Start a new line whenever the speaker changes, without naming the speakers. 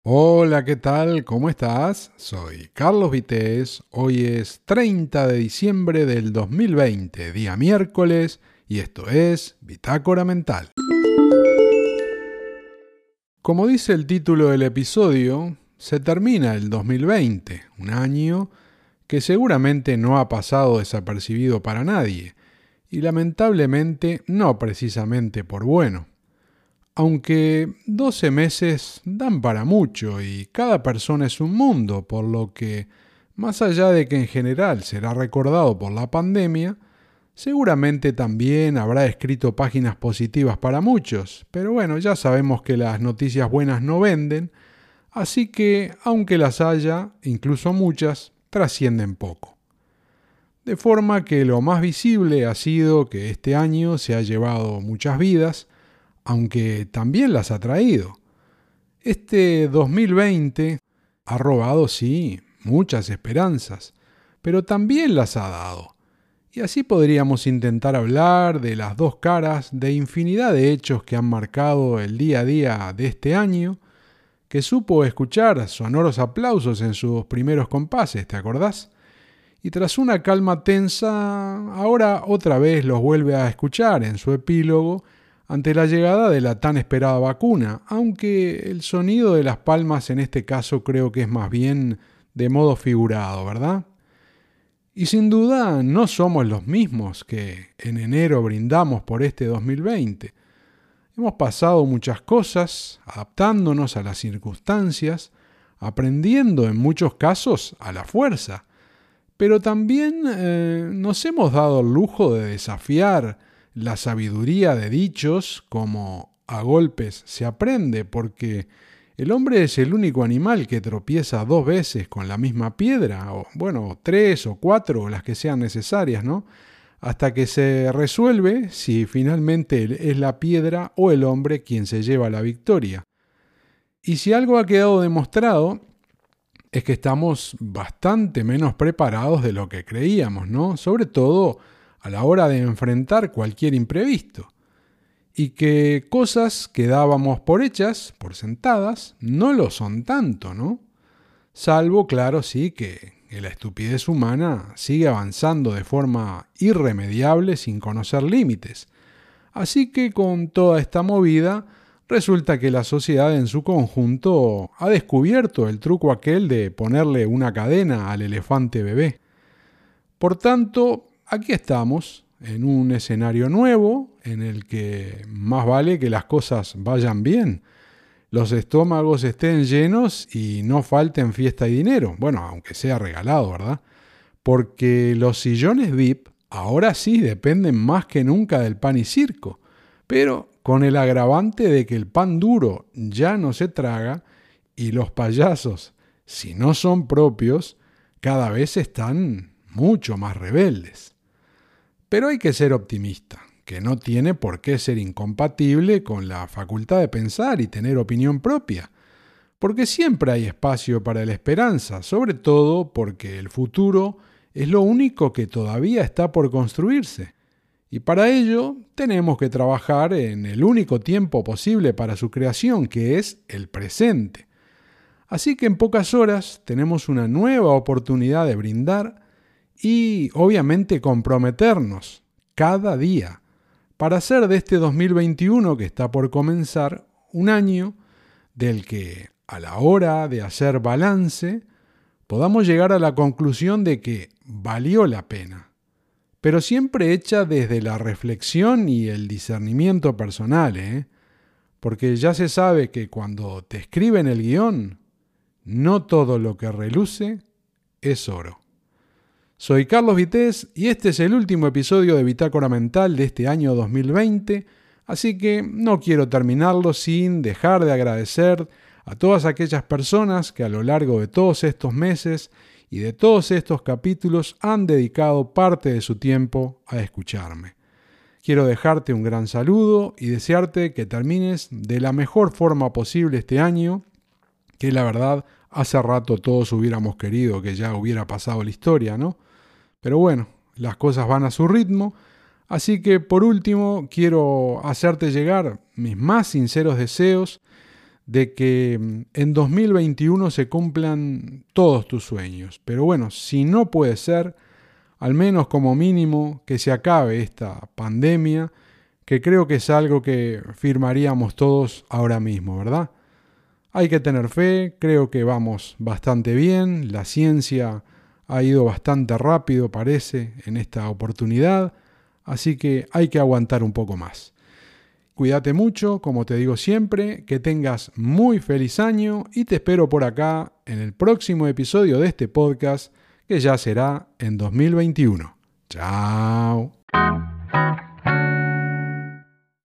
Hola, ¿qué tal? ¿Cómo estás? Soy Carlos Vitéz. Hoy es 30 de diciembre del 2020, día miércoles, y esto es Bitácora Mental. Como dice el título del episodio, se termina el 2020, un año que seguramente no ha pasado desapercibido para nadie, y lamentablemente no precisamente por bueno. Aunque 12 meses dan para mucho y cada persona es un mundo, por lo que, más allá de que en general será recordado por la pandemia, seguramente también habrá escrito páginas positivas para muchos, pero bueno, ya sabemos que las noticias buenas no venden, así que, aunque las haya, incluso muchas, trascienden poco. De forma que lo más visible ha sido que este año se ha llevado muchas vidas, aunque también las ha traído. Este 2020 ha robado, sí, muchas esperanzas, pero también las ha dado. Y así podríamos intentar hablar de las dos caras de infinidad de hechos que han marcado el día a día de este año, que supo escuchar sonoros aplausos en sus primeros compases, ¿te acordás? Y tras una calma tensa, ahora otra vez los vuelve a escuchar en su epílogo ante la llegada de la tan esperada vacuna, aunque el sonido de las palmas en este caso creo que es más bien de modo figurado, ¿verdad? Y sin duda no somos los mismos que en enero brindamos por este 2020. Hemos pasado muchas cosas, adaptándonos a las circunstancias, aprendiendo en muchos casos a la fuerza, pero también nos hemos dado el lujo de desafiar la sabiduría de dichos como a golpes se aprende, porque el hombre es el único animal que tropieza 2 veces con la misma piedra, o bueno, 3 o 4, o las que sean necesarias, ¿no? Hasta que se resuelve si finalmente es la piedra o el hombre quien se lleva la victoria. Y si algo ha quedado demostrado, es que estamos bastante menos preparados de lo que creíamos, ¿no? Sobre todo a la hora de enfrentar cualquier imprevisto. Y que cosas que dábamos por hechas, por sentadas, no lo son tanto, ¿no? Salvo, claro, sí, que la estupidez humana sigue avanzando de forma irremediable sin conocer límites. Así que con toda esta movida, resulta que la sociedad en su conjunto ha descubierto el truco aquel de ponerle una cadena al elefante bebé. Por tanto, aquí estamos, en un escenario nuevo, en el que más vale que las cosas vayan bien, los estómagos estén llenos y no falten fiesta y dinero, bueno, aunque sea regalado, ¿verdad? Porque los sillones VIP ahora sí dependen más que nunca del pan y circo, pero con el agravante de que el pan duro ya no se traga y los payasos, si no son propios, cada vez están mucho más rebeldes. Pero hay que ser optimista, que no tiene por qué ser incompatible con la facultad de pensar y tener opinión propia, porque siempre hay espacio para la esperanza, sobre todo porque el futuro es lo único que todavía está por construirse. Y para ello tenemos que trabajar en el único tiempo posible para su creación, que es el presente. Así que en pocas horas tenemos una nueva oportunidad de brindar y obviamente comprometernos cada día para hacer de este 2021 que está por comenzar un año del que a la hora de hacer balance podamos llegar a la conclusión de que valió la pena, pero siempre hecha desde la reflexión y el discernimiento personal, ¿eh? Porque ya se sabe que cuando te escriben el guión, no todo lo que reluce es oro. Soy Carlos Vitéz y este es el último episodio de Bitácora Mental de este año 2020, así que no quiero terminarlo sin dejar de agradecer a todas aquellas personas que a lo largo de todos estos meses y de todos estos capítulos han dedicado parte de su tiempo a escucharme. Quiero dejarte un gran saludo y desearte que termines de la mejor forma posible este año, que la verdad hace rato todos hubiéramos querido que ya hubiera pasado la historia, ¿no? Pero bueno, las cosas van a su ritmo, así que por último quiero hacerte llegar mis más sinceros deseos de que en 2021 se cumplan todos tus sueños. Pero bueno, si no puede ser, al menos como mínimo que se acabe esta pandemia, que creo que es algo que firmaríamos todos ahora mismo, ¿verdad? Hay que tener fe, creo que vamos bastante bien, la ciencia ha ido bastante rápido, parece, en esta oportunidad, así que hay que aguantar un poco más. Cuídate mucho, como te digo siempre, que tengas muy feliz año y te espero por acá en el próximo episodio de este podcast que ya será en 2021. ¡Chao!